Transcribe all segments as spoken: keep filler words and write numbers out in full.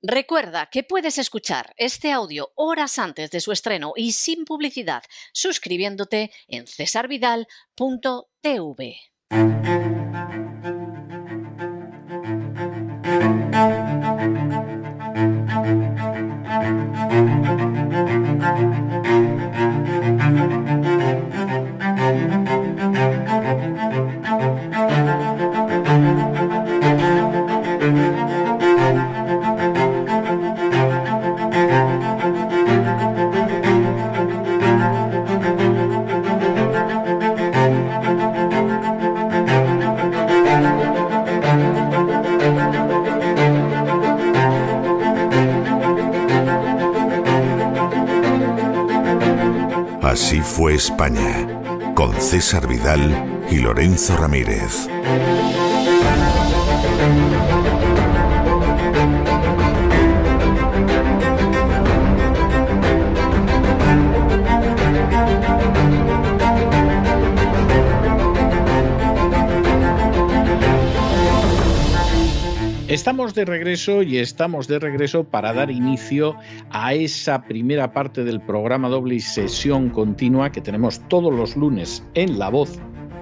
Recuerda que puedes escuchar este audio horas antes de su estreno y sin publicidad suscribiéndote en cesar vidal punto t v. Así fue España, con César Vidal y Lorenzo Ramírez. Estamos de regreso y estamos de regreso para dar inicio a esa primera parte del programa doble y sesión continua que tenemos todos los lunes en La Voz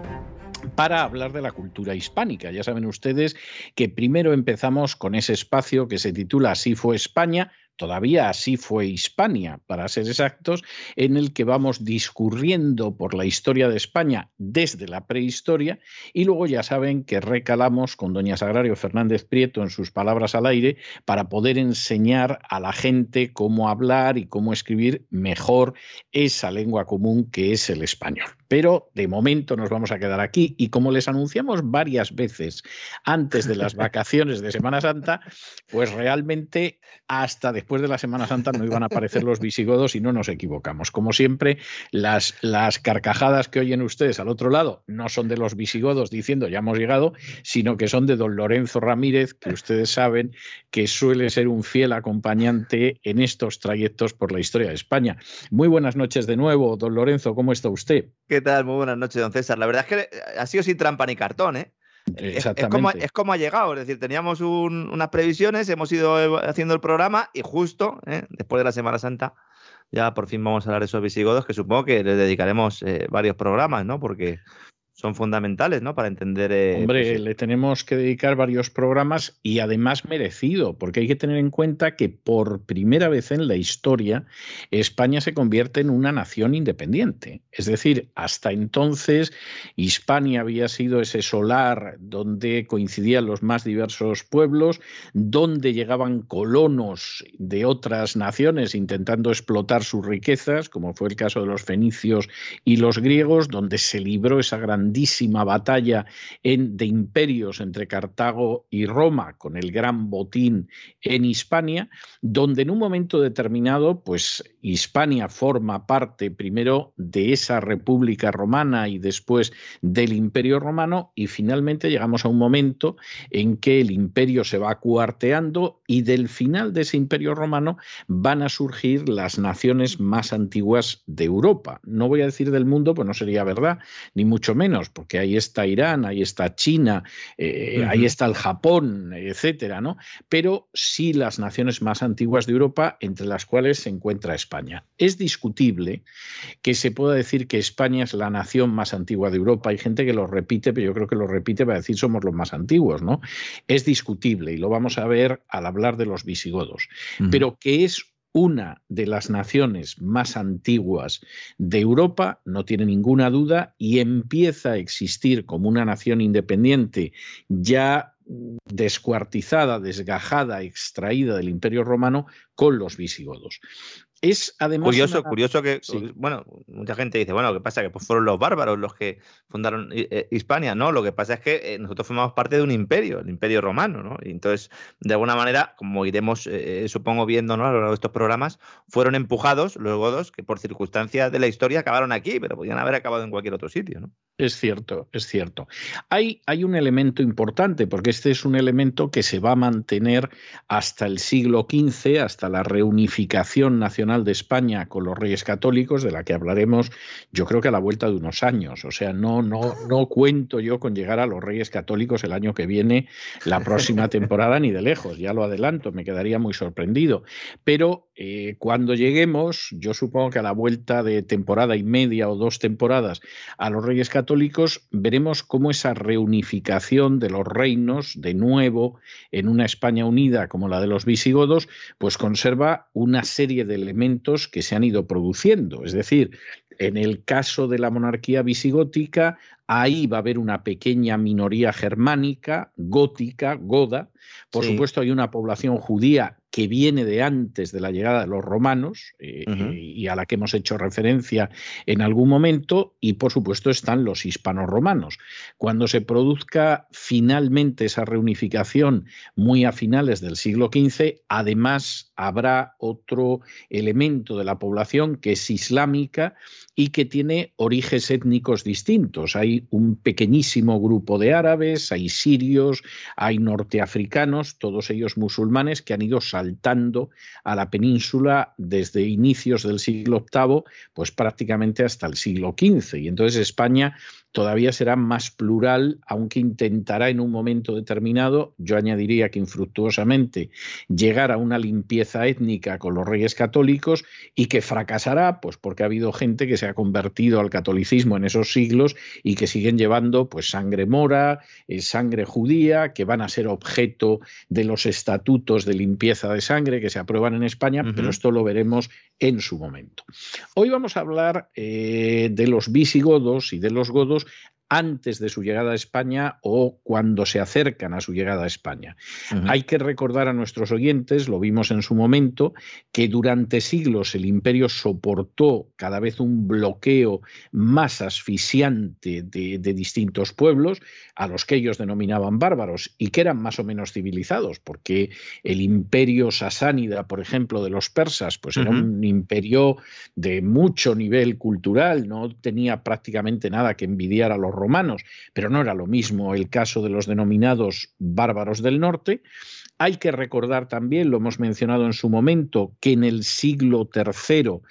para hablar de la cultura hispánica. Ya saben ustedes que primero empezamos con ese espacio que se titula Así fue España, todavía Así fue Hispania, para ser exactos, en el que vamos discurriendo por la historia de España desde la prehistoria, y luego ya saben que recalamos con doña Sagrario Fernández Prieto en sus palabras al aire para poder enseñar a la gente cómo hablar y cómo escribir mejor esa lengua común que es el español. Pero de momento nos vamos a quedar aquí y como les anunciamos varias veces antes de las vacaciones de Semana Santa, pues realmente hasta después de la Semana Santa no iban a aparecer los visigodos y no nos equivocamos. Como siempre, las, las carcajadas que oyen ustedes al otro lado no son de los visigodos diciendo ya hemos llegado, sino que son de don Lorenzo Ramírez, que ustedes saben que suele ser un fiel acompañante en estos trayectos por la historia de España. Muy buenas noches de nuevo, don Lorenzo, ¿cómo está usted? ¿Qué tal? Muy buenas noches, don César. La verdad es que ha sido sin trampa ni cartón, ¿eh? Exactamente. Es, es, como, es como ha llegado, es decir, teníamos un, unas previsiones, hemos ido haciendo el programa y justo, ¿eh? después de la Semana Santa, ya por fin vamos a hablar de esos visigodos, que supongo que les dedicaremos eh, varios programas, ¿no? Porque son fundamentales, ¿no? Para entender... Eh, Hombre, pues, le tenemos que dedicar varios programas y además merecido, porque hay que tener en cuenta que por primera vez en la historia España se convierte en una nación independiente. Es decir, hasta entonces Hispania había sido ese solar donde coincidían los más diversos pueblos, donde llegaban colonos de otras naciones intentando explotar sus riquezas, como fue el caso de los fenicios y los griegos, donde se libró esa gran grandísima batalla en, de imperios entre Cartago y Roma, con el gran botín en Hispania, donde en un momento determinado, pues Hispania forma parte primero de esa República Romana y después del Imperio Romano, y finalmente llegamos a un momento en que el imperio se va cuarteando y del final de ese Imperio Romano van a surgir las naciones más antiguas de Europa. No voy a decir del mundo, pues no sería verdad, ni mucho menos, porque ahí está Irán, ahí está China, eh, uh-huh. ahí está el Japón, etcétera, ¿no? Pero sí las naciones más antiguas de Europa, entre las cuales se encuentra España. Es discutible que se pueda decir que España es la nación más antigua de Europa. Hay gente que lo repite, pero yo creo que lo repite para decir somos los más antiguos, ¿no? Es discutible y lo vamos a ver al hablar de los visigodos. Uh-huh. Pero que es una de las naciones más antiguas de Europa, no tiene ninguna duda, y empieza a existir como una nación independiente ya descuartizada, desgajada, extraída del Imperio Romano con los visigodos. Es además curioso, una... curioso que, sí. bueno, mucha gente dice, bueno, lo que pasa es que pues fueron los bárbaros los que fundaron eh, Hispania, ¿no? Lo que pasa es que eh, nosotros formamos parte de un imperio, el Imperio Romano, ¿no? Y entonces, de alguna manera, como iremos, eh, supongo, viendo, ¿no? A lo largo de estos programas, fueron empujados los godos que por circunstancias de la historia acabaron aquí, pero podían haber acabado en cualquier otro sitio, ¿no? Es cierto, es cierto. Hay, hay un elemento importante, porque este es un elemento que se va a mantener hasta el siglo quince, hasta la reunificación nacional tradicional de España con los Reyes Católicos, de la que hablaremos yo creo que a la vuelta de unos años. O sea, no, no, no cuento yo con llegar a los Reyes Católicos el año que viene, la próxima temporada, ni de lejos, ya lo adelanto, me quedaría muy sorprendido. Pero eh, cuando lleguemos, yo supongo que a la vuelta de temporada y media o dos temporadas a los Reyes Católicos, veremos cómo esa reunificación de los reinos, de nuevo, en una España unida como la de los visigodos, pues conserva una serie de elementos que se han ido produciendo. Es decir, en el caso de la monarquía visigótica, ahí va a haber una pequeña minoría germánica, gótica, goda. Por sí. supuesto, hay una población judía que viene de antes de la llegada de los romanos eh, uh-huh. y a la que hemos hecho referencia en algún momento, y por supuesto están los hispanos-romanos. Cuando se produzca finalmente esa reunificación muy a finales del siglo quince, además habrá otro elemento de la población que es islámica y que tiene orígenes étnicos distintos. Hay un pequeñísimo grupo de árabes, hay sirios, hay norteafricanos, todos ellos musulmanes que han ido saltando a la península desde inicios del siglo octavo, pues prácticamente hasta el siglo quince. Y entonces España todavía será más plural, aunque intentará en un momento determinado, yo añadiría que infructuosamente, llegar a una limpieza étnica con los Reyes Católicos, y que fracasará, pues porque ha habido gente que se ha convertido al catolicismo en esos siglos y que siguen llevando pues sangre mora, eh, sangre judía, que van a ser objeto de los estatutos de limpieza de sangre que se aprueban en España, uh-huh. pero esto lo veremos en su momento. Hoy vamos a hablar eh, de los visigodos y de los godos antes de su llegada a España o cuando se acercan a su llegada a España. Uh-huh. Hay que recordar a nuestros oyentes, lo vimos en su momento, que durante siglos el imperio soportó cada vez un bloqueo más asfixiante de, de distintos pueblos, a los que ellos denominaban bárbaros y que eran más o menos civilizados, porque el imperio sasánida, por ejemplo, de los persas, pues uh-huh. era un imperio de mucho nivel cultural, no tenía prácticamente nada que envidiar a los romanos, pero no era lo mismo el caso de los denominados bárbaros del norte. Hay que recordar también, lo hemos mencionado en su momento, que en el siglo tercero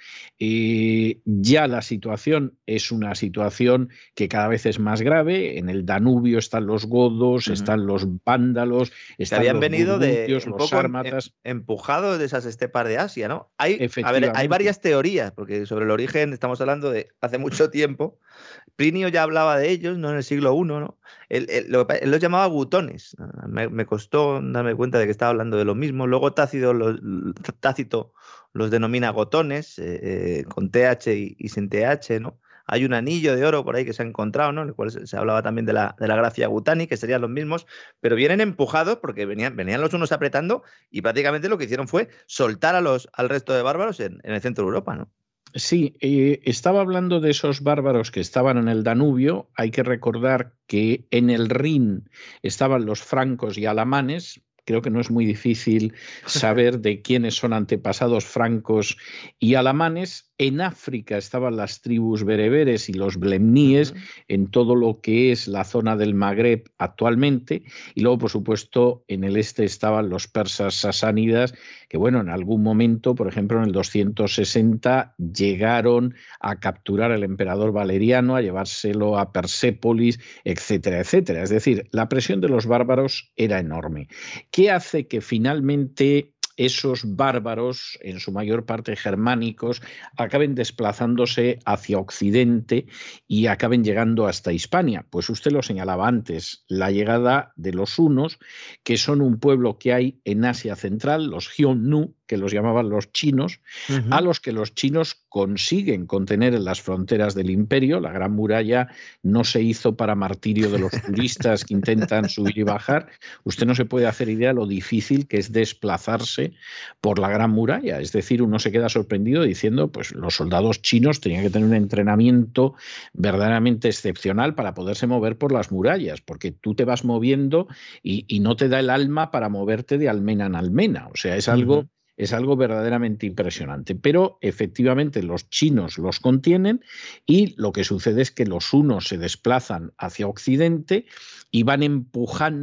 eh, ya la situación es una situación que cada vez es más grave. En el Danubio están los godos, uh-huh. están los vándalos, están habían los venido burgundios, de un los poco sármatas. Em, empujados de esas estepas de Asia, ¿no? Hay, a ver, hay varias teorías, porque sobre el origen estamos hablando de hace mucho tiempo. Plinio ya hablaba de ellos, ¿no? En el siglo primero, ¿no? Él, él, lo, él los llamaba gutones. Me, me costó darme cuenta de que estaba hablando de lo mismo. Luego Tácito los, Tácito los denomina gotones, eh, eh, con T H y, y sin T H, ¿no? Hay un anillo de oro por ahí que se ha encontrado, ¿no? En el cual se, se hablaba también de la, de la gracia gutani, que serían los mismos, pero vienen empujados porque venían, venían los unos apretando y prácticamente lo que hicieron fue soltar a los, al resto de bárbaros en, en el centro de Europa, ¿no? Sí, eh, estaba hablando de esos bárbaros que estaban en el Danubio. Hay que recordar que en el Rin estaban los francos y alamanes. Creo que no es muy difícil saber de quiénes son antepasados francos y alamanes. En África estaban las tribus bereberes y los blemníes, uh-huh. en todo lo que es la zona del Magreb actualmente. Y luego, por supuesto, en el este estaban los persas sasánidas, que bueno, en algún momento, por ejemplo, en el doscientos sesenta, llegaron a capturar al emperador Valeriano, a llevárselo a Persépolis, etcétera, etcétera. Es decir, la presión de los bárbaros era enorme. ¿Qué hace que finalmente esos bárbaros, en su mayor parte germánicos, acaben desplazándose hacia Occidente y acaben llegando hasta Hispania? Pues usted lo señalaba antes, la llegada de los hunos, que son un pueblo que hay en Asia Central, los Xiongnu, que los llamaban los chinos, uh-huh. a los que los chinos consiguen contener en las fronteras del imperio. La Gran Muralla no se hizo para martirio de los turistas que intentan subir y bajar. Usted no se puede hacer idea lo difícil que es desplazarse por la Gran Muralla. Es decir, uno se queda sorprendido diciendo, pues los soldados chinos tenían que tener un entrenamiento verdaderamente excepcional para poderse mover por las murallas, porque tú te vas moviendo y, y no te da el alma para moverte de almena en almena. O sea, es algo... Uh-huh. Es algo verdaderamente impresionante, pero efectivamente los chinos los contienen y lo que sucede es que los hunos se desplazan hacia Occidente y van empujando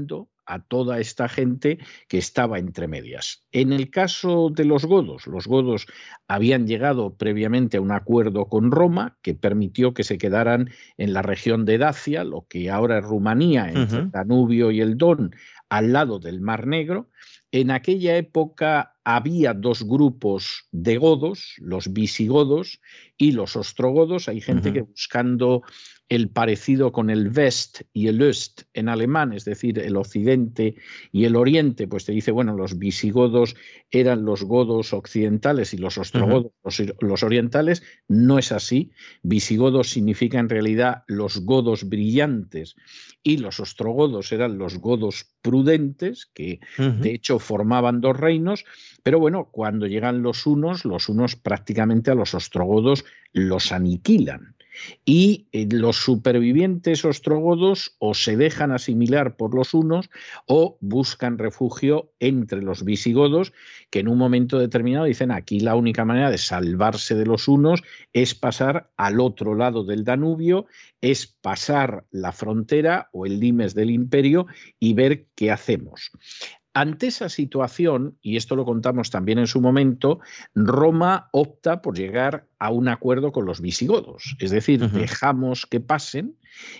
a toda esta gente que estaba entre medias. En el caso de los godos, los godos habían llegado previamente a un acuerdo con Roma que permitió que se quedaran en la región de Dacia, lo que ahora es Rumanía, entre uh-huh. el Danubio y el Don, al lado del Mar Negro. En aquella época había dos grupos de godos, los visigodos y los ostrogodos. Hay gente uh-huh. que buscando el parecido con el West y el Ost en alemán, es decir, el occidente y el oriente, pues te dice, bueno, los visigodos eran los godos occidentales y los ostrogodos uh-huh. los, los orientales. No es así. Visigodos significa en realidad los godos brillantes y los ostrogodos eran los godos prudentes, que uh-huh. de hecho formaban dos reinos. Pero bueno, cuando llegan los hunos, los hunos prácticamente a los ostrogodos los aniquilan. Y eh, los supervivientes ostrogodos o se dejan asimilar por los hunos o buscan refugio entre los visigodos, que en un momento determinado dicen aquí la única manera de salvarse de los hunos es pasar al otro lado del Danubio, es pasar la frontera o el limes del imperio y ver qué hacemos. Ante esa situación, y esto lo contamos también en su momento, Roma opta por llegar a un acuerdo con los visigodos. Es decir, uh-huh. dejamos que pasen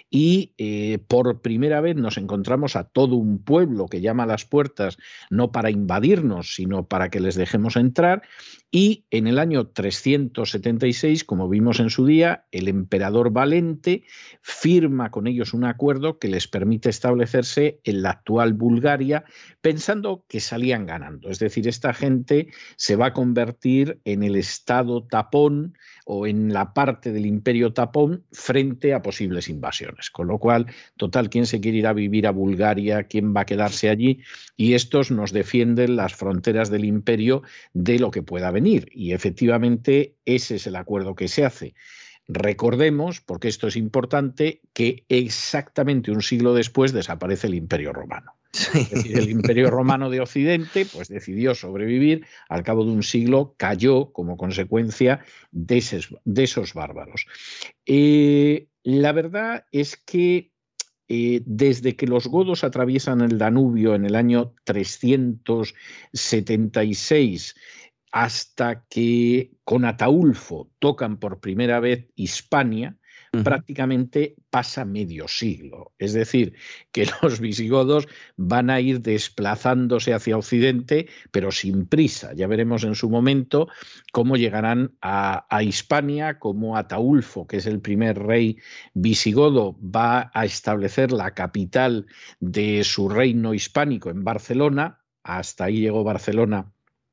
y eh, por primera vez nos encontramos a todo un pueblo que llama a las puertas no para invadirnos, sino para que les dejemos entrar. Y en el año trescientos setenta y seis, como vimos en su día, el emperador Valente firma con ellos un acuerdo que les permite establecerse en la actual Bulgaria, pensando que salían ganando. Es decir, esta gente se va a convertir en el estado tapón o en la parte del imperio tapón frente a posibles invasiones. Con lo cual, total, ¿quién se quiere ir a vivir a Bulgaria? ¿Quién va a quedarse allí? Y estos nos defienden las fronteras del imperio de lo que pueda venir. Y efectivamente ese es el acuerdo que se hace. Recordemos, porque esto es importante, que exactamente un siglo después desaparece el Imperio Romano. Sí. Es decir, el Imperio Romano de Occidente pues, decidió sobrevivir, al cabo de un siglo cayó como consecuencia de esos, de esos bárbaros. Eh, la verdad es que Eh, desde que los godos atraviesan el Danubio en el año trescientos setenta y seis hasta que con Ataulfo tocan por primera vez Hispania, uh-huh. prácticamente pasa medio siglo. Es decir, que los visigodos van a ir desplazándose hacia Occidente, pero sin prisa. Ya veremos en su momento cómo llegarán a, a Hispania, cómo Ataulfo, que es el primer rey visigodo, va a establecer la capital de su reino hispánico en Barcelona. Hasta ahí llegó Barcelona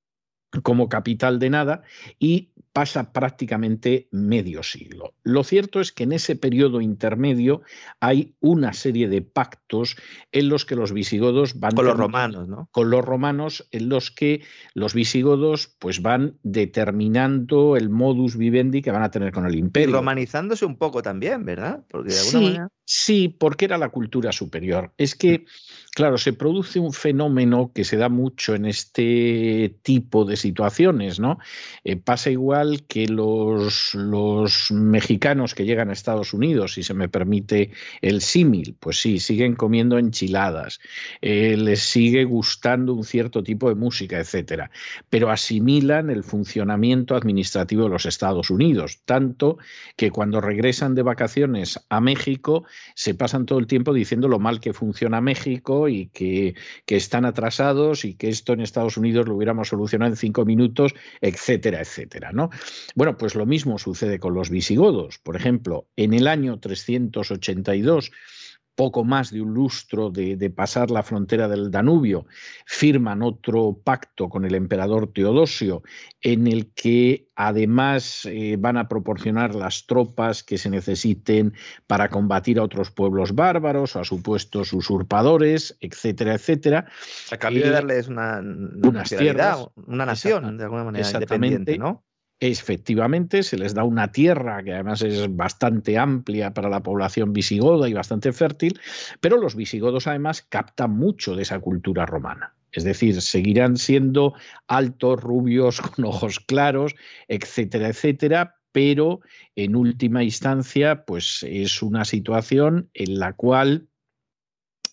como capital de nada, y pasa prácticamente medio siglo. Lo cierto es que en ese periodo intermedio hay una serie de pactos en los que los visigodos van... Con los romanos, ¿no? Con los romanos, en los que los visigodos pues van determinando el modus vivendi que van a tener con el imperio. Y romanizándose un poco también, ¿verdad? Porque de alguna sí, manera... sí, porque era la cultura superior. Es que, claro, se produce un fenómeno que se da mucho en este tipo de situaciones, ¿no? Eh, pasa igual que los, los mexicanos que llegan a Estados Unidos, si se me permite el símil, pues sí, siguen comiendo enchiladas, eh, les sigue gustando un cierto tipo de música, etcétera, pero asimilan el funcionamiento administrativo de los Estados Unidos, tanto que cuando regresan de vacaciones a México se pasan todo el tiempo diciendo lo mal que funciona México y que, que están atrasados y que esto en Estados Unidos lo hubiéramos solucionado en cinco minutos, etcétera, etcétera, ¿no? Bueno, pues lo mismo sucede con los visigodos. Por ejemplo, en el año trescientos ochenta y dos, poco más de un lustro de, de pasar la frontera del Danubio, firman otro pacto con el emperador Teodosio, en el que además eh, van a proporcionar las tropas que se necesiten para combatir a otros pueblos bárbaros, a supuestos usurpadores, etcétera, etcétera. A cambio eh, de darles una, una unas tierras, una nación, de alguna manera independiente, ¿no? Efectivamente, se les da una tierra que además es bastante amplia para la población visigoda y bastante fértil, pero los visigodos además captan mucho de esa cultura romana. Es decir, seguirán siendo altos, rubios, con ojos claros, etcétera, etcétera, pero en última instancia pues es una situación en la cual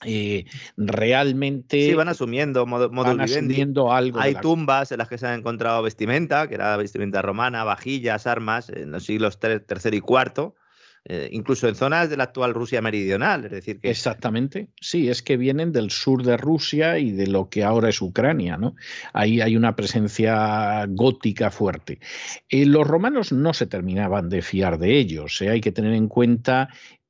Eh, realmente sí, van asumiendo modo, modus van vivendi. asumiendo algo. Hay de la... tumbas en las que se han encontrado vestimenta, que era vestimenta romana, vajillas, armas, en los siglos tercero y cuarto, eh, incluso en zonas de la actual Rusia meridional. Es decir, que... Exactamente, sí, es que vienen del sur de Rusia y de lo que ahora es Ucrania, ¿no? Ahí hay una presencia gótica fuerte. Eh, los romanos no se terminaban de fiar de ellos, ¿eh? Hay que tener en cuenta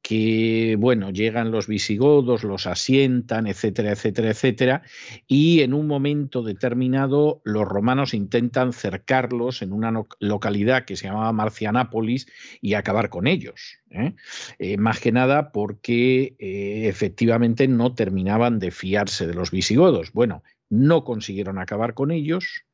que, bueno, llegan los visigodos, los asientan, etcétera, etcétera, etcétera, y en un momento determinado los romanos intentan cercarlos en una localidad que se llamaba Marcianápolis y acabar con ellos. ¿eh? Eh, más que nada porque eh, efectivamente no terminaban de fiarse de los visigodos. Bueno, no consiguieron acabar con ellos,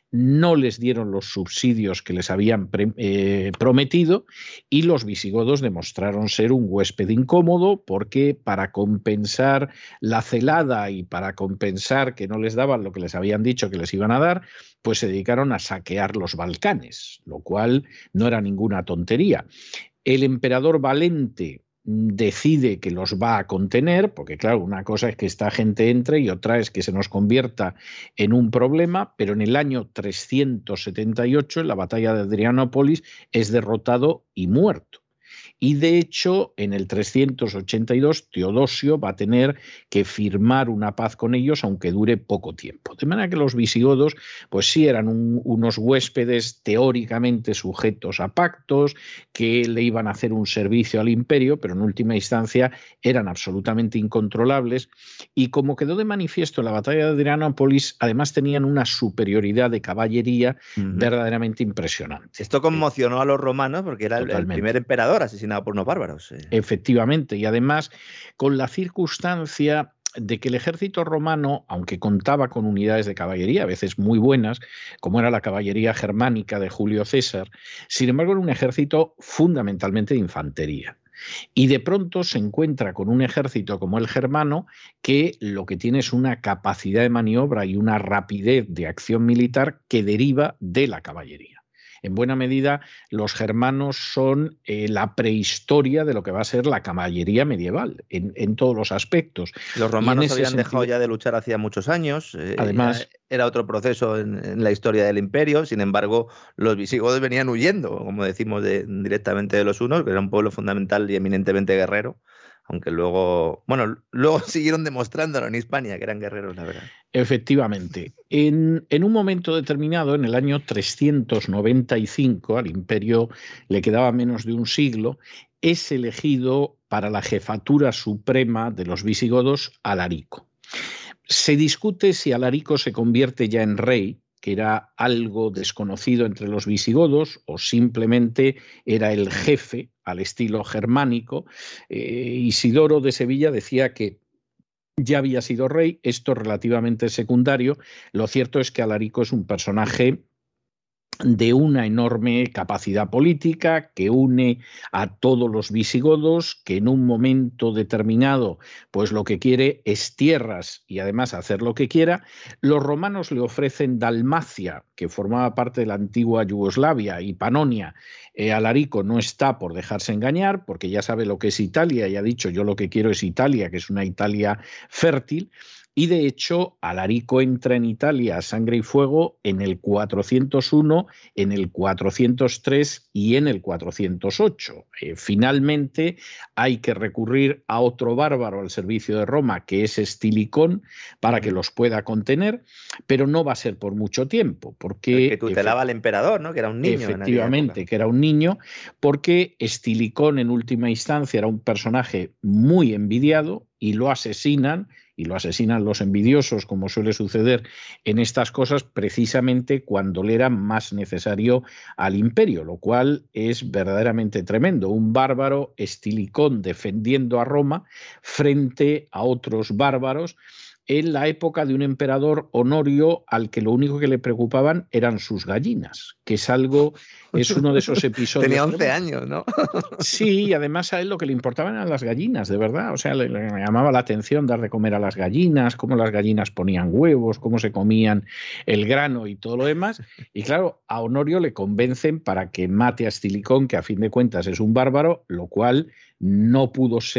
no les dieron los subsidios que les habían pre, eh, prometido y los visigodos demostraron ser un huésped incómodo porque para compensar la celada y para compensar que no les daban lo que les habían dicho que les iban a dar, pues se dedicaron a saquear los Balcanes, lo cual no era ninguna tontería. El emperador Valente decide que los va a contener, porque claro, una cosa es que esta gente entre y otra es que se nos convierta en un problema, pero en el año trescientos setenta y ocho, en la batalla de Adrianópolis, es derrotado y muerto. Y de hecho, en el trescientos ochenta y dos, Teodosio va a tener que firmar una paz con ellos, aunque dure poco tiempo. De manera que los visigodos, pues sí eran un, unos huéspedes teóricamente sujetos a pactos, que le iban a hacer un servicio al imperio, pero en última instancia eran absolutamente incontrolables. Y como quedó de manifiesto en la batalla de Adrianópolis, además tenían una superioridad de caballería uh-huh. verdaderamente impresionante. Esto conmocionó a los romanos porque era el, el primer emperador asesinado por unos bárbaros. Eh. Efectivamente, y además con la circunstancia de que el ejército romano, aunque contaba con unidades de caballería, a veces muy buenas, como era la caballería germánica de Julio César, sin embargo era un ejército fundamentalmente de infantería. Y de pronto se encuentra con un ejército como el germano que lo que tiene es una capacidad de maniobra y una rapidez de acción militar que deriva de la caballería. En buena medida, los germanos son eh, la prehistoria de lo que va a ser la caballería medieval, en, en todos los aspectos. Los romanos habían sentido... dejado ya de luchar hacía muchos años. Eh, Además, era otro proceso en, en la historia del imperio. Sin embargo, los visigodos venían huyendo, como decimos de, directamente de los hunos, que era un pueblo fundamental y eminentemente guerrero. Aunque luego, bueno, luego siguieron demostrándolo en Hispania, que eran guerreros, la verdad. Efectivamente. En, en un momento determinado, en el año trescientos noventa y cinco, al imperio le quedaba menos de un siglo, es elegido para la jefatura suprema de los visigodos Alarico. Se discute si Alarico se convierte ya en rey, que era algo desconocido entre los visigodos, o simplemente era el jefe al estilo germánico. Eh, Isidoro de Sevilla decía que ya había sido rey, esto relativamente secundario. Lo cierto es que Alarico es un personaje de una enorme capacidad política que une a todos los visigodos, que en un momento determinado pues lo que quiere es tierras y además hacer lo que quiera. Los romanos le ofrecen Dalmacia, que formaba parte de la antigua Yugoslavia, y Panonia. Eh, Alarico no está por dejarse engañar porque ya sabe lo que es Italia y ha dicho yo lo que quiero es Italia, que es una Italia fértil. Y de hecho, Alarico entra en Italia a sangre y fuego en el cuatrocientos uno, en el cuatrocientos tres y en el cuatrocientos ocho. Eh, finalmente hay que recurrir a otro bárbaro al servicio de Roma, que es Estilicón, para que los pueda contener, pero no va a ser por mucho tiempo. Porque que tutelaba al emperador, ¿no? Que era un niño. Efectivamente, que era un niño, porque Estilicón en última instancia era un personaje muy envidiado y lo asesinan. Y lo asesinan los envidiosos, como suele suceder en estas cosas, precisamente cuando le era más necesario al imperio, lo cual es verdaderamente tremendo. Un bárbaro, Estilicón, defendiendo a Roma frente a otros bárbaros en la época de un emperador Honorio al que lo único que le preocupaban eran sus gallinas, que es algo, es uno de esos episodios. Tenía once años, ¿no? Sí, y además a él lo que le importaban eran las gallinas, de verdad. O sea, le, le llamaba la atención dar de comer a las gallinas, cómo las gallinas ponían huevos, cómo se comían el grano y todo lo demás. Y claro, a Honorio le convencen para que mate a Estilicón, que a fin de cuentas es un bárbaro, lo cual no pudo ser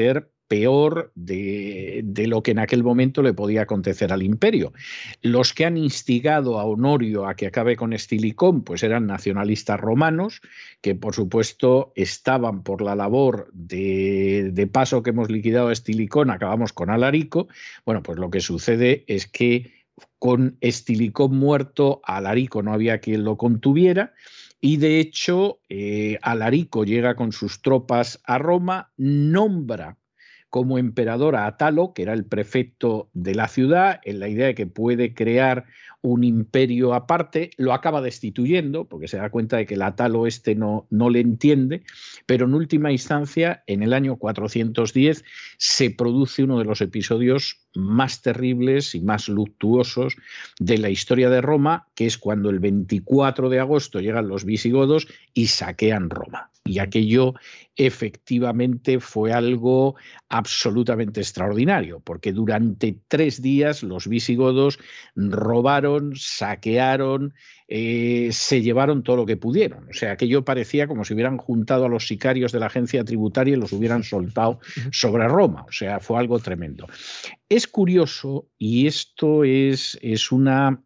peor de, de lo que en aquel momento le podía acontecer al imperio. Los que han instigado a Honorio a que acabe con Estilicón pues eran nacionalistas romanos, que por supuesto estaban por la labor de, de paso que hemos liquidado a Estilicón, acabamos con Alarico. Bueno, pues lo que sucede es que con Estilicón muerto, Alarico no había quien lo contuviera. Y de hecho, eh, Alarico llega con sus tropas a Roma, nombra como emperador a Atalo, que era el prefecto de la ciudad, en la idea de que puede crear un imperio aparte, lo acaba destituyendo, porque se da cuenta de que el Atalo este no, no le entiende, pero en última instancia, en el año cuatrocientos diez, se produce uno de los episodios más terribles y más luctuosos de la historia de Roma, que es cuando el veinticuatro de agosto llegan los visigodos y saquean Roma. Y aquello efectivamente fue algo absolutamente extraordinario, porque durante tres días los visigodos robaron, saquearon, eh, se llevaron todo lo que pudieron. O sea, aquello parecía como si hubieran juntado a los sicarios de la agencia tributaria y los hubieran soltado sobre Roma. O sea, fue algo tremendo. Es curioso, y esto es, es una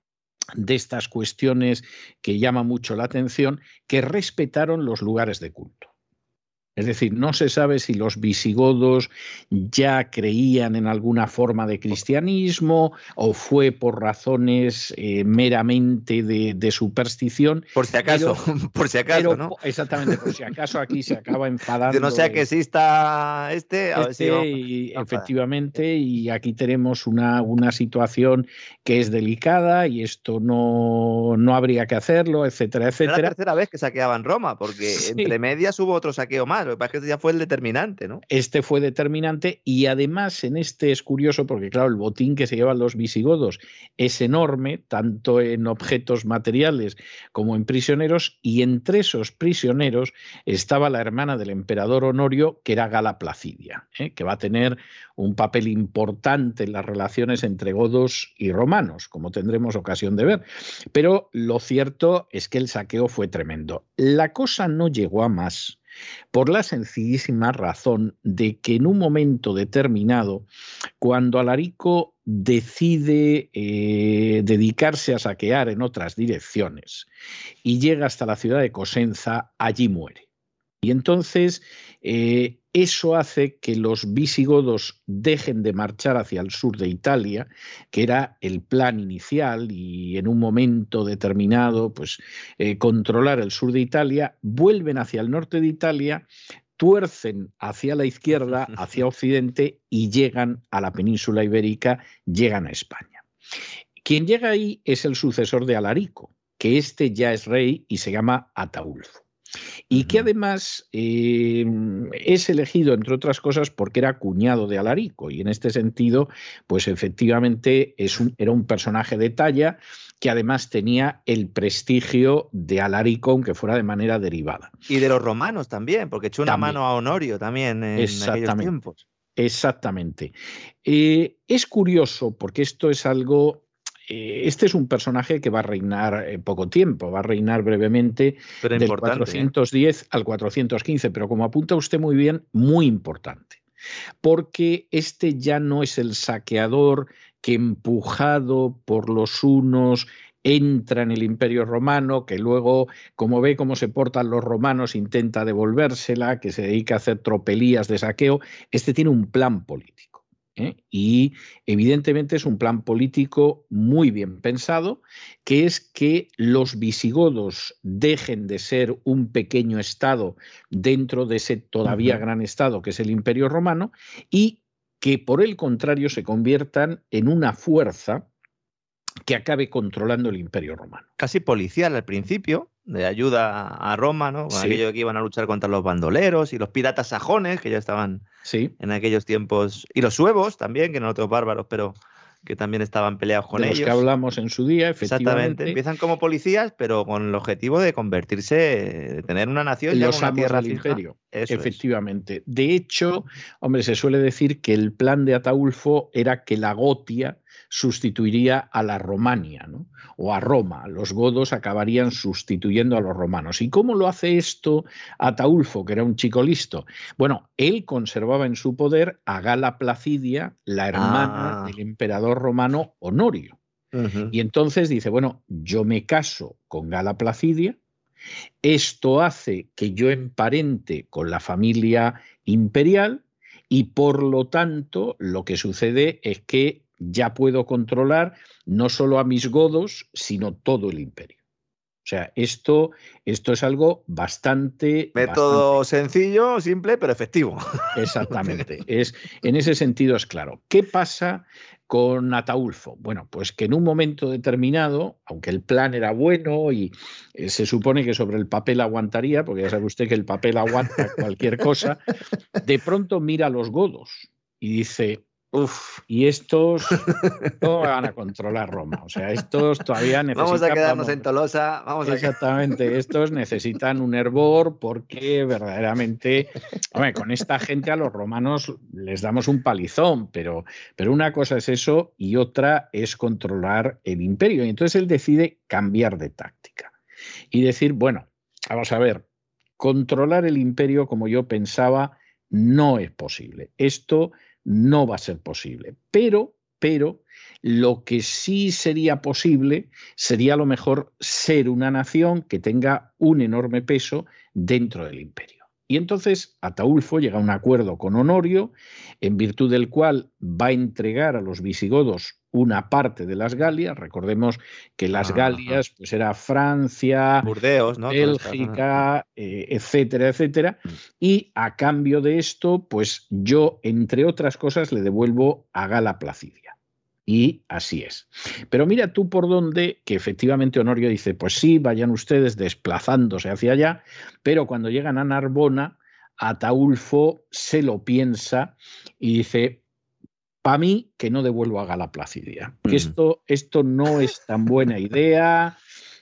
de estas cuestiones que llama mucho la atención, que respetaron los lugares de culto. Es decir, no se sabe si los visigodos ya creían en alguna forma de cristianismo o fue por razones eh, meramente de, de superstición. Por si acaso, pero, por si acaso, pero, ¿no? Exactamente, por si acaso aquí se acaba enfadando. De no sea que exista este, a este ver si y, efectivamente, y aquí tenemos una, una situación que es delicada y esto no, no habría que hacerlo, etcétera, etcétera. Era la tercera vez que saqueaban Roma, porque sí. entre medias hubo otro saqueo más. Lo que pasa es que este ya fue el determinante, ¿no? Este fue determinante y además en este es curioso porque, claro, el botín que se llevan los visigodos es enorme, tanto en objetos materiales como en prisioneros, y entre esos prisioneros estaba la hermana del emperador Honorio, que era Gala Placidia, ¿eh? que va a tener un papel importante en las relaciones entre godos y romanos, como tendremos ocasión de ver. Pero lo cierto es que el saqueo fue tremendo. La cosa no llegó a más, por la sencillísima razón de que en un momento determinado, cuando Alarico decide eh, dedicarse a saquear en otras direcciones y llega hasta la ciudad de Cosenza, allí muere. Y entonces eh, eso hace que los visigodos dejen de marchar hacia el sur de Italia, que era el plan inicial, y en un momento determinado pues, eh, controlar el sur de Italia, vuelven hacia el norte de Italia, tuercen hacia la izquierda, hacia occidente, y llegan a la península ibérica, llegan a España. Quien llega ahí es el sucesor de Alarico, que este ya es rey y se llama Ataulfo. Y que además eh, es elegido, entre otras cosas, porque era cuñado de Alarico, y en este sentido, pues efectivamente es un, era un personaje de talla que además tenía el prestigio de Alarico, aunque fuera de manera derivada. Y de los romanos también, porque echó una también. mano a Honorio también en aquellos tiempos. Exactamente. Eh, es curioso, porque esto es algo... Este es un personaje que va a reinar poco tiempo, va a reinar brevemente pero del cuatrocientos diez ¿eh? Al cuatrocientos quince, pero como apunta usted muy bien, muy importante, porque este ya no es el saqueador que, empujado por los unos, entra en el Imperio Romano, que luego, como ve cómo se portan los romanos, intenta devolvérsela, que se dedica a hacer tropelías de saqueo. Este tiene un plan político. ¿Eh? Y evidentemente es un plan político muy bien pensado, que es que los visigodos dejen de ser un pequeño estado dentro de ese todavía uh-huh. gran estado que es el Imperio Romano, y que por el contrario se conviertan en una fuerza que acabe controlando el Imperio Romano. Casi policial al principio, de ayuda a Roma, ¿no? Con sí. aquello de que iban a luchar contra los bandoleros y los piratas sajones, que ya estaban sí. en aquellos tiempos, y los suevos también, que eran otros bárbaros, pero que también estaban peleados con de ellos. Los que hablamos en su día, efectivamente. Exactamente, empiezan como policías, pero con el objetivo de convertirse, de tener una nación, los ya con una tierra del fija. imperio. Eso efectivamente. Es. De hecho, hombre, se suele decir que el plan de Ataulfo era que la Gotia sustituiría a la Romania, ¿no? O a Roma. Los godos acabarían sustituyendo a los romanos. ¿Y cómo lo hace esto Ataulfo, que era un chico listo? Bueno, él conservaba en su poder a Gala Placidia, la hermana ah. del emperador romano Honorio. Uh-huh. Y entonces dice, bueno, yo me caso con Gala Placidia, esto hace que yo emparente con la familia imperial y por lo tanto lo que sucede es que ya puedo controlar no solo a mis godos, sino todo el imperio. O sea, esto, esto es algo bastante... Método bastante... sencillo, simple, pero efectivo. Exactamente. Es, en ese sentido es claro. ¿Qué pasa con Ataulfo? Bueno, pues que en un momento determinado, aunque el plan era bueno y eh, se supone que sobre el papel aguantaría, porque ya sabe usted que el papel aguanta cualquier cosa, de pronto mira a los godos y dice... Uf, y estos no van a controlar Roma. O sea, estos todavía necesitan... Vamos a quedarnos vamos, en Tolosa. Vamos exactamente, a... estos necesitan un hervor porque verdaderamente... Hombre, con esta gente a los romanos les damos un palizón, pero, pero una cosa es eso y otra es controlar el imperio. Y entonces él decide cambiar de táctica y decir, bueno, vamos a ver, controlar el imperio como yo pensaba no es posible. Esto... no va a ser posible. Pero, pero, lo que sí sería posible sería a lo mejor ser una nación que tenga un enorme peso dentro del imperio. Y entonces Ataulfo llega a un acuerdo con Honorio, en virtud del cual va a entregar a los visigodos una parte de las Galias. Recordemos que las ah, Galias pues era Francia, Burdeos, ¿no? Bélgica, eh, etcétera, etcétera. Y a cambio de esto, pues yo, entre otras cosas, le devuelvo a Gala Placidia. Y así es. Pero mira tú por dónde, que efectivamente Honorio dice, pues sí, vayan ustedes desplazándose hacia allá, pero cuando llegan a Narbona, Ataulfo se lo piensa y dice, para mí que no devuelvo a Gala Placidia, que esto, esto no es tan buena idea,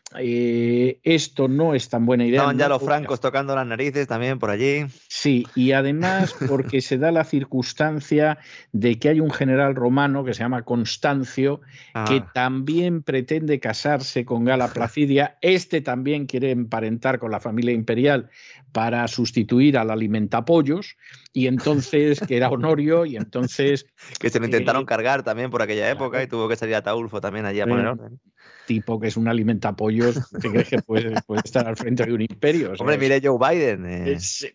eh, esto no es tan buena idea. Estaban ya no, los francos tocando las narices también por allí. Sí, y además porque se da la circunstancia de que hay un general romano que se llama Constancio, ah. que también pretende casarse con Gala Placidia. Este también quiere emparentar con la familia imperial para sustituir al alimentapollos, y entonces, que era Honorio, y entonces... que se lo intentaron eh, cargar también por aquella época, claro. Y tuvo que salir Ataulfo también allí a poner orden. Tipo que es un alimentapollos, ¿te crees que puede, puede estar al frente de un imperio? O sea, hombre, mire Joe Biden. Eh. Es,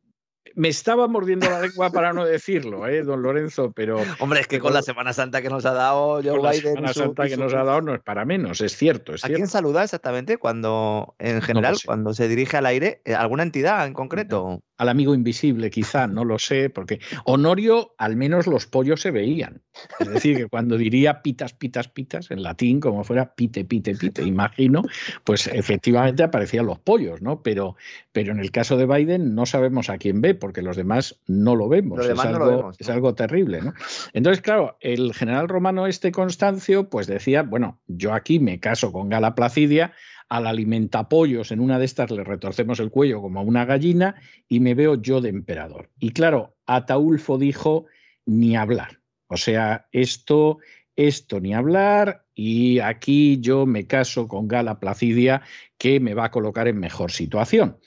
me estaba mordiendo la lengua para no decirlo, ¿eh, don Lorenzo? Pero hombre, es que con la Semana Santa que nos ha dado Joe con Biden... la Semana su, Santa que su... nos ha dado no es para menos, es cierto, es ¿A cierto. quién saluda exactamente cuando, en general, no cuando se dirige al aire? ¿Alguna entidad en concreto? No. Al amigo invisible, quizá, no lo sé, porque Honorio, al menos los pollos se veían. Es decir, que cuando diría pitas, pitas, pitas, en latín, como fuera pite, pite, pite, imagino, pues efectivamente aparecían los pollos, ¿no? Pero, pero en el caso de Biden no sabemos a quién ve, porque los demás no lo vemos. Los demás es, no algo, lo vemos, ¿no? Es algo terrible, ¿no? Entonces, claro, el general romano este Constancio, pues decía, bueno, yo aquí me caso con Gala Placidia, al alimentapollos en una de estas le retorcemos el cuello como a una gallina y me veo yo de emperador. Y claro, Ataulfo dijo ni hablar. O sea, esto, esto ni hablar, y aquí yo me caso con Gala Placidia, que me va a colocar en mejor situación.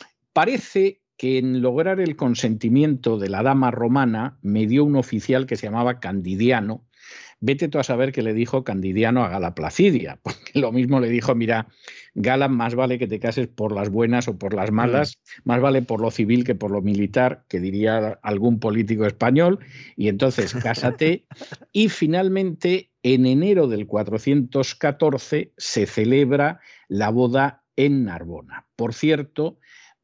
Parece que en lograr el consentimiento de la dama romana me dio un oficial que se llamaba Candidiano. Vete tú a saber qué le dijo Candidiano a Gala Placidia, porque lo mismo le dijo, mira, Gala, más vale que te cases por las buenas o por las malas, mm. más vale por lo civil que por lo militar, que diría algún político español, y entonces cásate. Y finalmente, en enero del cuatrocientos catorce, se celebra la boda en Narbona. Por cierto,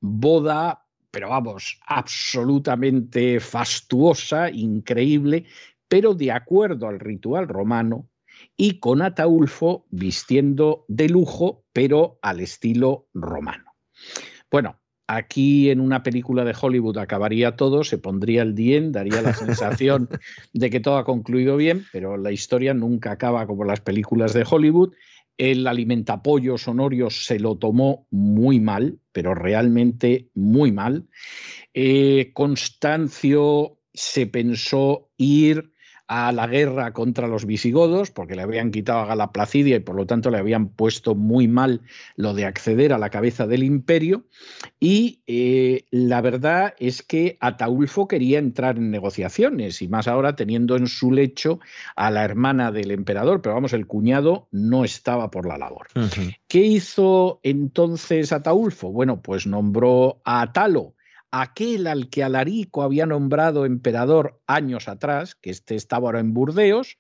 boda, pero vamos, absolutamente fastuosa, increíble, pero de acuerdo al ritual romano y con Ataulfo vistiendo de lujo, pero al estilo romano. Bueno, aquí en una película de Hollywood acabaría todo, se pondría el diez, daría la sensación de que todo ha concluido bien, pero la historia nunca acaba como las películas de Hollywood. El alimentapollos Honorio se lo tomó muy mal, pero realmente muy mal. Eh, Constancio se pensó ir a la guerra contra los visigodos, porque le habían quitado a Gala Placidia y por lo tanto le habían puesto muy mal lo de acceder a la cabeza del imperio. Y eh, la verdad es que Ataulfo quería entrar en negociaciones, y más ahora teniendo en su lecho a la hermana del emperador, pero vamos, el cuñado no estaba por la labor. Uh-huh. ¿Qué hizo entonces Ataulfo? Bueno, pues nombró a Atalo, aquel al que Alarico había nombrado emperador años atrás, que este estaba ahora en Burdeos,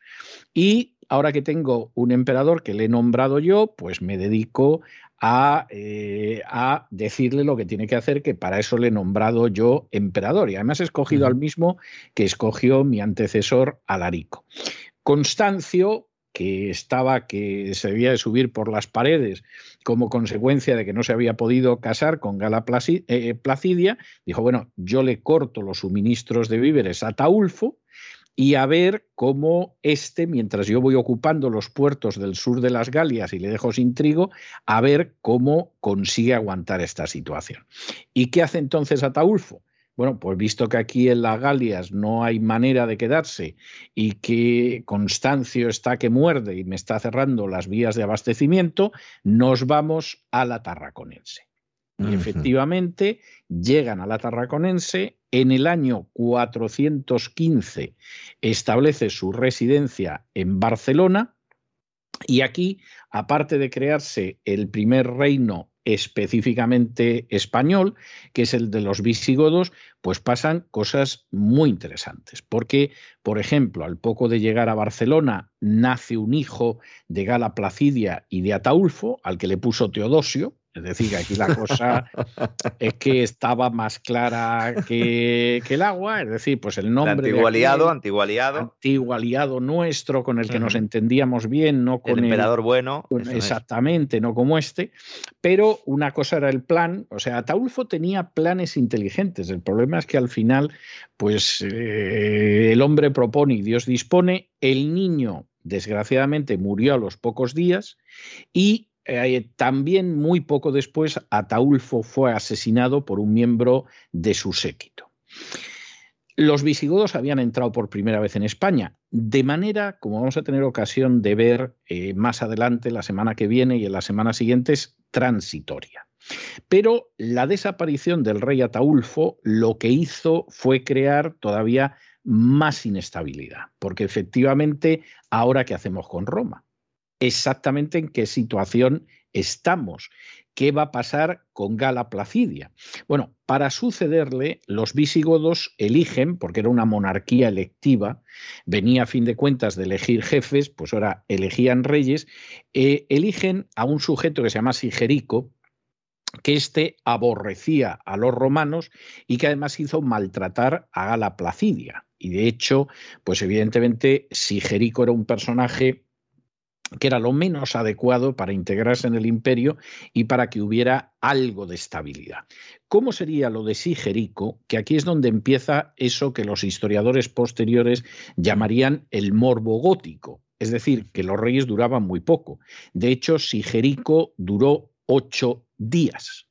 y ahora que tengo un emperador que le he nombrado yo, pues me dedico a, eh, a decirle lo que tiene que hacer, que para eso le he nombrado yo emperador, y además he escogido uh-huh. al mismo que escogió mi antecesor Alarico. Constancio, que estaba, que se debía de subir por las paredes como consecuencia de que no se había podido casar con Gala Placidia, dijo, bueno, yo le corto los suministros de víveres a Ataulfo y a ver cómo este, mientras yo voy ocupando los puertos del sur de las Galias y le dejo sin trigo, a ver cómo consigue aguantar esta situación. ¿Y qué hace entonces Ataulfo? Bueno, pues visto que aquí en las Galias no hay manera de quedarse y que Constancio está que muerde y me está cerrando las vías de abastecimiento, nos vamos a la Tarraconense. Y uh-huh. efectivamente llegan a la Tarraconense. En el año cuatrocientos quince establece su residencia en Barcelona, y aquí, aparte de crearse el primer reino específicamente español, que es el de los visigodos, pues pasan cosas muy interesantes, porque, por ejemplo, al poco de llegar a Barcelona, nace un hijo de Gala Placidia y de Ataulfo, al que le puso Teodosio. Es decir, que aquí la cosa es que estaba más clara que, que el agua, es decir, pues el nombre de antiguo aliado, antiguo aliado. Antiguo aliado nuestro, con el que uh-huh. nos entendíamos bien, no con el emperador el, bueno. Con, exactamente, es. no como este. Pero una cosa era el plan, o sea, Ataulfo tenía planes inteligentes. El problema es que al final, pues eh, el hombre propone y Dios dispone. El niño, desgraciadamente, murió a los pocos días y Eh, también muy poco después Ataulfo fue asesinado por un miembro de su séquito. Los visigodos habían entrado por primera vez en España, de manera, como vamos a tener ocasión de ver eh, más adelante, la semana que viene y en las semanas siguientes, transitoria. Pero la desaparición del rey Ataulfo lo que hizo fue crear todavía más inestabilidad, porque efectivamente, ¿ahora qué hacemos con Roma? Exactamente en qué situación estamos. ¿Qué va a pasar con Gala Placidia? Bueno, para sucederle, los visigodos eligen, porque era una monarquía electiva, venía a fin de cuentas de elegir jefes, pues ahora elegían reyes, eh, eligen a un sujeto que se llama Sigerico, que éste aborrecía a los romanos y que además hizo maltratar a Gala Placidia. Y de hecho, pues evidentemente Sigerico era un personaje que era lo menos adecuado para integrarse en el imperio y para que hubiera algo de estabilidad. ¿Cómo sería lo de Sigerico? Que aquí es donde empieza eso que los historiadores posteriores llamarían el morbo gótico, es decir, que los reyes duraban muy poco. De hecho, Sigerico duró ocho días.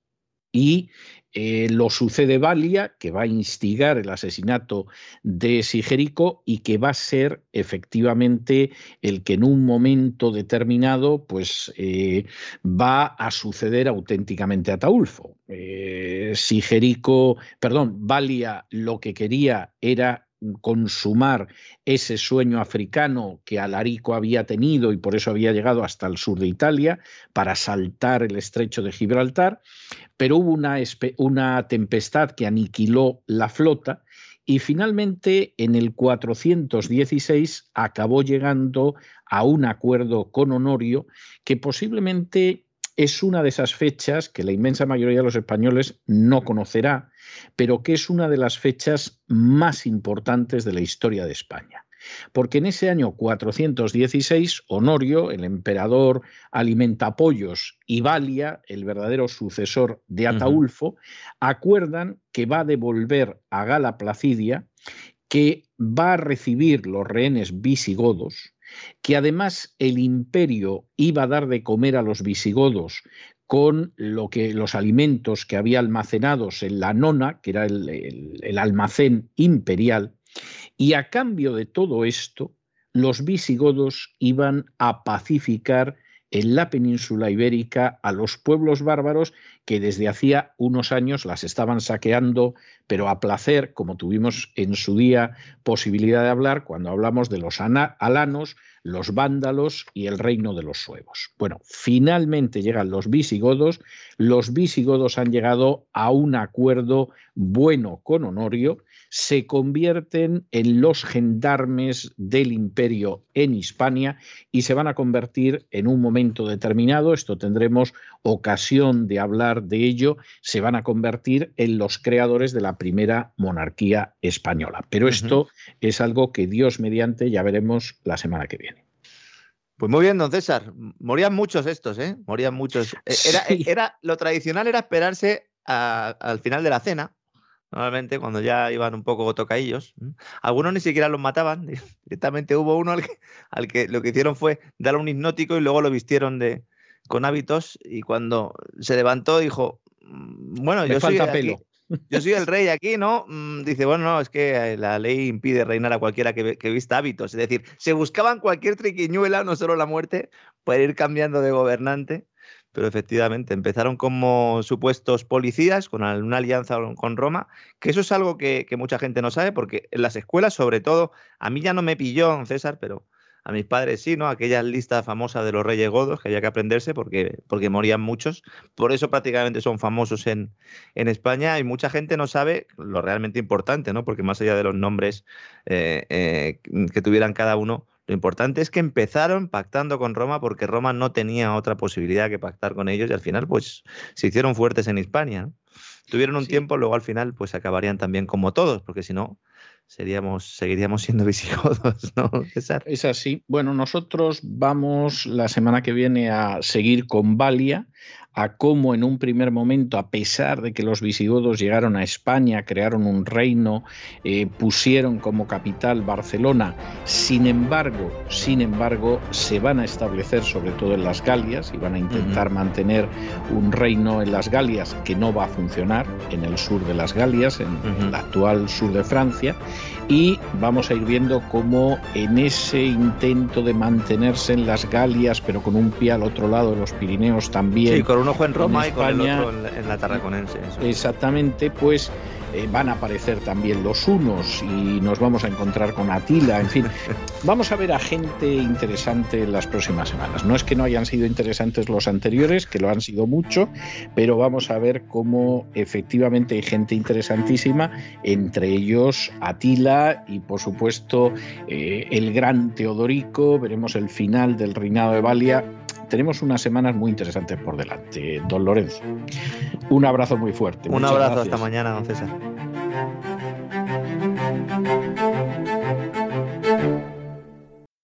Y eh, lo sucede Balia, que va a instigar el asesinato de Sigerico y que va a ser efectivamente el que en un momento determinado pues, eh, va a suceder auténticamente a Ataulfo. Eh, Sigerico, perdón, Balia lo que quería era consumar ese sueño africano que Alarico había tenido y por eso había llegado hasta el sur de Italia para saltar el estrecho de Gibraltar, pero hubo una, una tempestad que aniquiló la flota y finalmente en el cuatrocientos dieciséis acabó llegando a un acuerdo con Honorio que posiblemente es una de esas fechas que la inmensa mayoría de los españoles no conocerá, pero que es una de las fechas más importantes de la historia de España. Porque en ese año cuatrocientos dieciséis, Honorio, el emperador Alimentapollos, y Balia, el verdadero sucesor de Ataulfo, uh-huh. acuerdan que va a devolver a Gala Placidia, que va a recibir los rehenes visigodos, que además el imperio iba a dar de comer a los visigodos con lo que, los alimentos que había almacenados en la nona, que era el, el, el almacén imperial, Y a cambio de todo esto, los visigodos iban a pacificar en la península ibérica a los pueblos bárbaros que desde hacía unos años las estaban saqueando, pero a placer, como tuvimos en su día posibilidad de hablar cuando hablamos de los alanos, los vándalos y el reino de los suevos. Bueno, finalmente llegan los visigodos. Los visigodos han llegado a un acuerdo bueno con Honorio, se convierten en los gendarmes del imperio en Hispania y se van a convertir en un momento determinado, esto tendremos ocasión de hablar de ello, se van a convertir en los creadores de la primera monarquía española. Pero esto uh-huh. es algo que Dios mediante ya veremos la semana que viene. Pues muy bien, don César. Morían muchos estos, ¿eh? Morían muchos. Era, sí. era, lo tradicional era esperarse a, al final de la cena, normalmente cuando ya iban un poco tocaillos. Algunos ni siquiera los mataban. Directamente hubo uno al que, al que lo que hicieron fue darle un hipnótico y luego lo vistieron de, con hábitos, y cuando se levantó dijo, bueno, Me yo falta soy pelo. Aquí, yo soy el rey aquí, ¿no? Dice, bueno, no, es que la ley impide reinar a cualquiera que, que vista hábitos. Es decir, se buscaban cualquier triquiñuela, no solo la muerte, para ir cambiando de gobernante. Pero efectivamente empezaron como supuestos policías con una alianza con Roma, que eso es algo que, que mucha gente no sabe, porque en las escuelas, sobre todo, a mí ya no me pilló, César, pero a mis padres sí, ¿no? Aquella lista famosa de los reyes godos que había que aprenderse porque, porque morían muchos. Por eso prácticamente son famosos en, en España, y mucha gente no sabe lo realmente importante, ¿no? Porque más allá de los nombres eh, eh, que tuvieran cada uno, lo importante es que empezaron pactando con Roma porque Roma no tenía otra posibilidad que pactar con ellos, y al final pues se hicieron fuertes en Hispania, ¿no? Tuvieron un sí. tiempo, luego al final pues acabarían también como todos, porque si no seríamos, seguiríamos siendo visigodos, ¿no, César? Es así. Bueno, nosotros vamos la semana que viene a seguir con Balia, a cómo en un primer momento, a pesar de que los visigodos llegaron a España, crearon un reino, eh, pusieron como capital Barcelona, sin embargo, sin embargo, se van a establecer sobre todo en las Galias y van a intentar uh-huh. mantener un reino en las Galias que no va a funcionar en el sur de las Galias, en uh-huh. el actual sur de Francia, y vamos a ir viendo cómo en ese intento de mantenerse en las Galias, pero con un pie al otro lado de los Pirineos también. Sí, con un ojo en Roma en España, y con el otro en la, en la Tarraconense. Eso. Exactamente, pues eh, van a aparecer también los hunos y nos vamos a encontrar con Atila, en fin. Vamos a ver a gente interesante en las próximas semanas. No es que no hayan sido interesantes los anteriores, que lo han sido mucho, pero vamos a ver cómo efectivamente hay gente interesantísima, entre ellos Atila y por supuesto eh, el gran Teodorico. Veremos el final del reinado de Balia. Tenemos unas semanas muy interesantes por delante, don Lorenzo. Un abrazo muy fuerte. Un abrazo, gracias. Hasta mañana, don César.